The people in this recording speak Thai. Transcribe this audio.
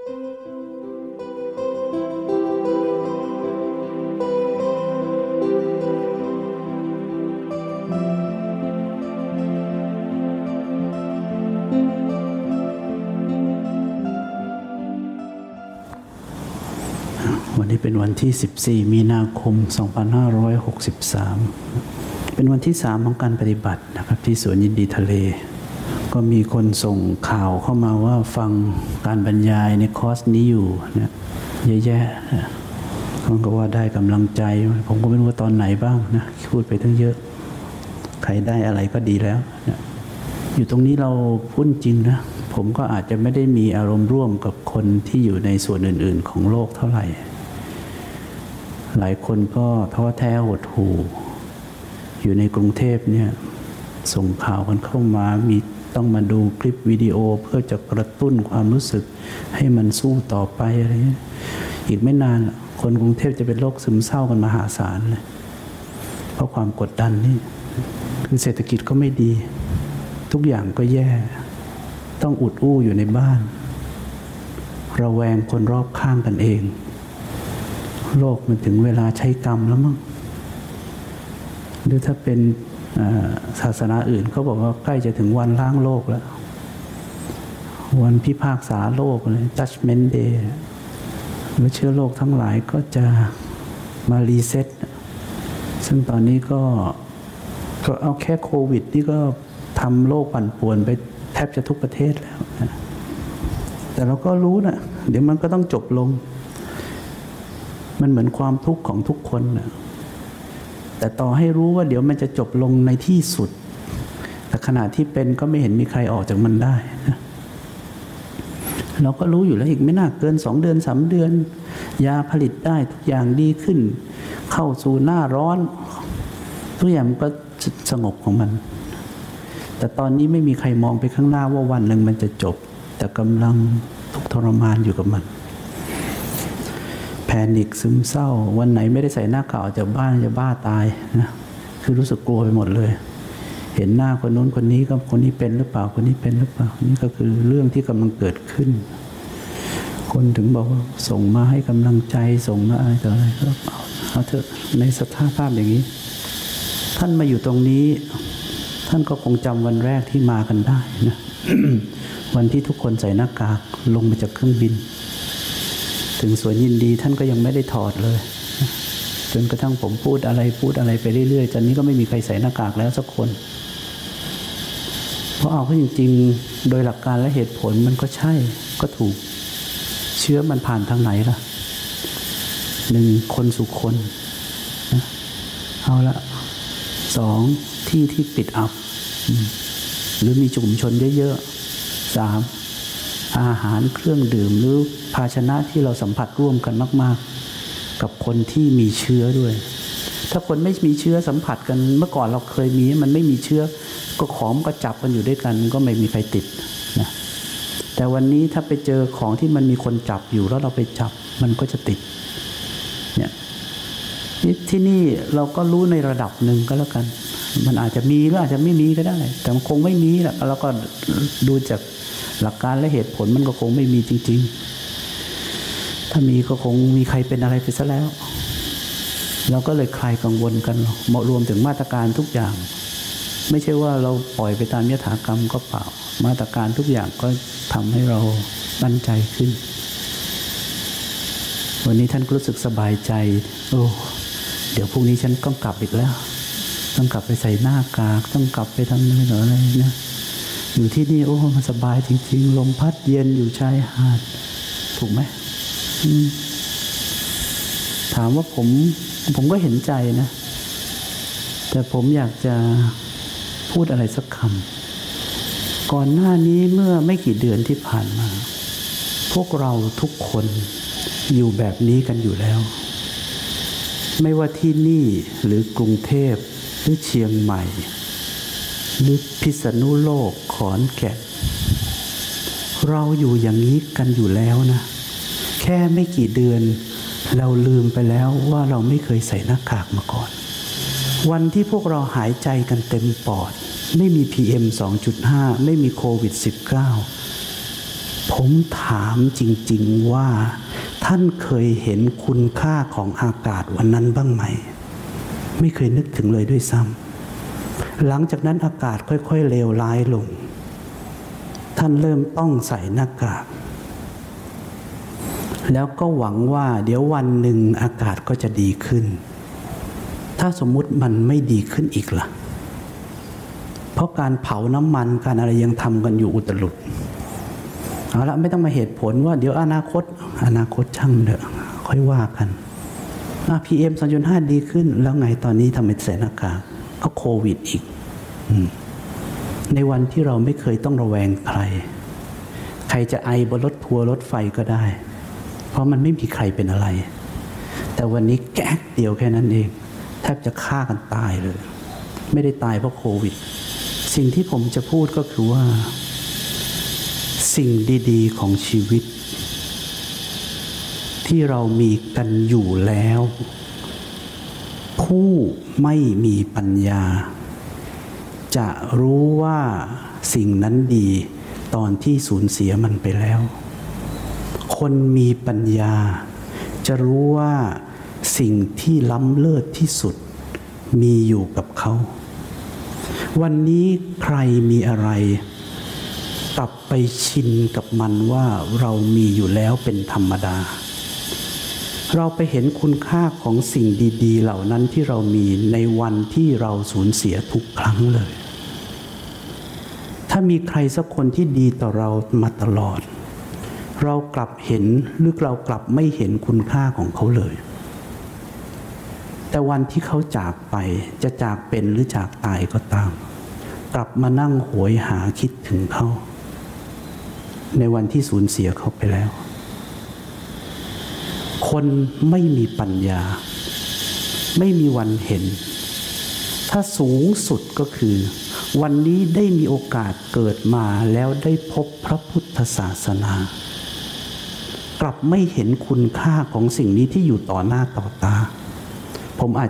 วันนี้เป็นวันที่14มีนาคม2563เป็นวันที่3ของการปฏิบัตินะครับที่สวนยินดีทะเลก็มีคนส่งข่าวเข้ามาว่าฟังการบรรยายในคอร์สนี้อยู่นะเยอะแยะเขาก็ว่าได้กำลังใจผมก็ไม่รู้ว่าตอนไหนบ้างนะพูดไปตั้งเยอะใครได้อะไรก็ดีแล้วนะอยู่ตรงนี้เราพูดจริงนะผมก็อาจจะไม่ได้มีอารมณ์ร่วมกับคนที่อยู่ในส่วนอื่นๆของโลกเท่าไหร่หลายคนก็ท้อแท้หดหู่อยู่ในกรุงเทพเนี่ยส่งข่าวกันเข้ามามีต้องมาดูคลิปวิดีโอเพื่อจะกระตุ้นความรู้สึกให้มันสู้ต่อไปอะไรเงี้ยอีกไม่นานคนกรุงเทพจะเป็นโรคซึมเศร้ากันมหาศาลเลยเพราะความกดดันนี่คือเศรษฐกิจก็ไม่ดีทุกอย่างก็แย่ต้องอุดอู้อยู่ในบ้านระแวงคนรอบข้างกันเองโลกมันถึงเวลาใช้กรรมแล้วมั้งหรือถ้าเป็นศาสนาอื่นเขาบอกว่าใกล้จะถึงวันล้างโลกแล้ววันพิพากษาโลกเลย Judgment Day แล้วเชื้อโรคทั้งหลายก็จะมารีเซ็ตซึ่งตอนนี้ก็เอาแค่โควิดนี่ก็ทำโลกปั่นป่วนไปแทบจะทุกประเทศแล้วนะแต่เราก็รู้นะเดี๋ยวมันก็ต้องจบลงมันเหมือนความทุกข์ของทุกคนนะแต่ต่อให้รู้ว่าเดี๋ยวมันจะจบลงในที่สุดแต่ขณะที่เป็นก็ไม่เห็นมีใครออกจากมันได้นะเราก็รู้อยู่แล้วอีกไม่น่าเกิน2 เดือน3 เดือนยาผลิตได้ทุกอย่างดีขึ้นเข้าสู่หน้าร้อนทุกอย่างมันก็สงบของมันแต่ตอนนี้ไม่มีใครมองไปข้างหน้าว่าวันหนึ่งมันจะจบแต่กำลังทุกข์ทรมานอยู่กับมันแพนิคซึมเศร้าวันไหนไม่ได้ใส่หน้ากากออกจากบ้านจะบ้าตายนะคือรู้สึกกลัวไปหมดเลยเห็นหน้าคนนู้นคนนี้ก็คนนี้เป็นหรือเปล่าคนนี้เป็นหรือเปล่านี่ก็คือเรื่องที่กำลังเกิดขึ้นคนถึงบอกว่าส่งมาให้กำลังใจส่งมาอะไรต่ออะไรก็เอาเถอะในสภาพอย่างนี้ท่านมาอยู่ตรงนี้ท่านก็คงจำวันแรกที่มากันได้นะ วันที่ทุกคนใส่หน้ากากลงมาจากเครื่องบินถึงสวนยินดีท่านก็ยังไม่ได้ถอดเลยจนกระทั่งผมพูดอะไรไปเรื่อยๆตอนนี้ก็ไม่มีใครใส่หน้ากากแล้วสักคนเพราะเอาเข้าจริงๆโดยหลักการและเหตุผลมันก็ใช่ก็ถูกเชื้อมันผ่านทางไหนล่ะ1 คนสู่คนนะเอาละ2 ที่ปิดอับหรือมีชุมชนเยอะๆ3อาหารเครื่องดื่มหรือภาชนะที่เราสัมผัสร่วมกันมากๆกับคนที่มีเชื้อด้วยถ้าคนไม่มีเชื้อสัมผัสกันเมื่อก่อนเราเคยมีมันไม่มีเชื้อก็ของก็จับกันอยู่ด้วยกันก็ไม่มีใครติดนะแต่วันนี้ถ้าไปเจอของที่มันมีคนจับอยู่แล้วเราไปจับมันก็จะติดเนี่ยที่นี่เราก็รู้ในระดับหนึ่งก็แล้วกันมันอาจจะมีหรืออาจจะไม่มีก็ได้แต่มันคงไม่มีแหละแล้วก็ดูจากหลักการและเหตุผลมันก็คงไม่มีจริงๆถ้ามีก็คงมีใครเป็นอะไรไปซะแล้วเราก็เลยคลายกังวลกันรวมถึงมาตรการทุกอย่างไม่ใช่ว่าเราปล่อยไปตามยถากรรมก็เปล่ามาตรการทุกอย่างก็ทำให้เรามั่นใจขึ้นวันนี้ท่านรู้สึกสบายใจโอ้เดี๋ยวพรุ่งนี้ฉันต้องกลับอีกแล้วต้องกลับไปใส่หน้ากากต้องกลับไปทำอะไรนะอยู่ที่นี่โอ้มันสบายจริงๆลมพัดเย็นอยู่ชายหาดถูกไหมถามว่าผมก็เห็นใจนะแต่ผมอยากจะพูดอะไรสักคำก่อนหน้านี้เมื่อไม่กี่เดือนที่ผ่านมาพวกเราทุกคนอยู่แบบนี้กันอยู่แล้วไม่ว่าที่นี่หรือกรุงเทพหรือเชียงใหม่หรือพิษณุโลกขอนแก่นเราอยู่อย่างนี้กันอยู่แล้วนะแค่ไม่กี่เดือนเราลืมไปแล้วว่าเราไม่เคยใส่หน้ากากมาก่อนวันที่พวกเราหายใจกันเต็มปอดไม่มี PM 2.5 ไม่มีโควิด -19 ผมถามจริงๆว่าท่านเคยเห็นคุณค่าของอากาศวันนั้นบ้างไหมไม่เคยนึกถึงเลยด้วยซ้ำหลังจากนั้นอากาศค่อยๆเลวร้ายลงท่านเริ่มต้องใส่หน้ากากแล้วก็หวังว่าเดี๋ยววันหนึ่งอากาศก็จะดีขึ้นถ้าสมมุติมันไม่ดีขึ้นอีกล่ะเพราะการเผาน้ำมันการอะไรยังทำกันอยู่อุตลุดเอาละไม่ต้องมาเหตุผลว่าเดี๋ยวอนาคตช่างเถอะค่อยว่ากันPM 2.5 ดีขึ้นแล้วไงตอนนี้ทำไมใส่หน้ากากก็โควิดอีกในวันที่เราไม่เคยต้องระแวงใครจะไอบนรถทัวร์รถไฟก็ได้เพราะมันไม่มีใครเป็นอะไรแต่วันนี้แก๊กเดียวแค่นั้นเองแทบจะฆ่ากันตายเลยไม่ได้ตายเพราะโควิดสิ่งที่ผมจะพูดก็คือว่าสิ่งดีๆของชีวิตที่เรามีกันอยู่แล้วผู้ไม่มีปัญญาจะรู้ว่าสิ่งนั้นดีตอนที่สูญเสียมันไปแล้วคนมีปัญญาจะรู้ว่าสิ่งที่ล้ำเลิศที่สุดมีอยู่กับเขาวันนี้ใครมีอะไรกลับไปชินกับมันว่าเรามีอยู่แล้วเป็นธรรมดาเราไปเห็นคุณค่าของสิ่งดีๆเหล่านั้นที่เรามีในวันที่เราสูญเสียทุกครั้งเลยถ้ามีใครสักคนที่ดีต่อเรามาตลอดเรากลับเห็นหรือเรากลับไม่เห็นคุณค่าของเขาเลยแต่วันที่เขาจากไปจะจากเป็นหรือจากตายก็ตามกลับมานั่งโหยหาคิดถึงเขาในวันที่สูญเสียเขาไปแล้วคนไม่มีปัญญาไม่มีวันเห็นถ้าสูงสุดก็คือวันนี้ได้มีโอกาสเกิดมาแล้วได้พบพระพุทธศาสนากลับไม่เห็นคุณค่าของสิ่งนี้ที่อยู่ต่อหน้าต่อตาผมอาจ